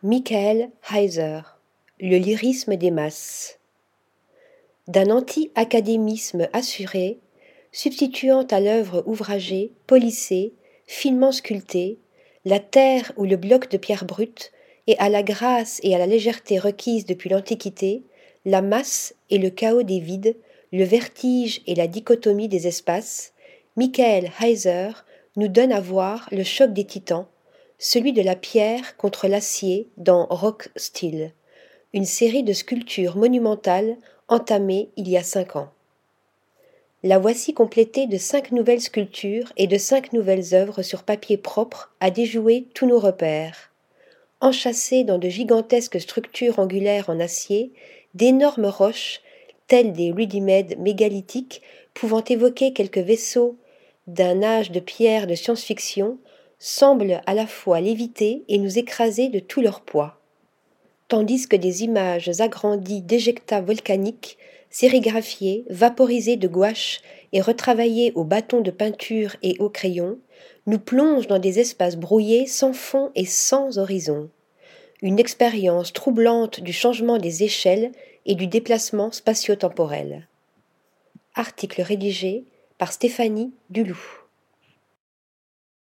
Michael Heiser, le lyrisme des masses. D'un anti-académisme assuré, substituant à l'œuvre ouvragée, polissée, finement sculptée, la terre ou le bloc de pierre brute, et à la grâce et à la légèreté requises depuis l'Antiquité, la masse et le chaos des vides, le vertige et la dichotomie des espaces, Michael Heiser nous donne à voir le choc des titans, celui de la pierre contre l'acier dans Rock Steel, une série de sculptures monumentales entamée il y a 5 ans. La voici complétée de 5 nouvelles sculptures et de 5 nouvelles œuvres sur papier propre à déjouer tous nos repères. Enchâssées dans de gigantesques structures angulaires en acier, d'énormes roches, telles des ready-made mégalithiques, pouvant évoquer quelques vaisseaux d'un âge de pierre de science-fiction, semblent à la fois léviter et nous écraser de tout leur poids. Tandis que des images agrandies d'éjectats volcaniques, sérigraphiées, vaporisées de gouache et retravaillées au bâton de peinture et au crayon, nous plongent dans des espaces brouillés sans fond et sans horizon. Une expérience troublante du changement des échelles et du déplacement spatio-temporel. Article rédigé par Stéphanie Duloup.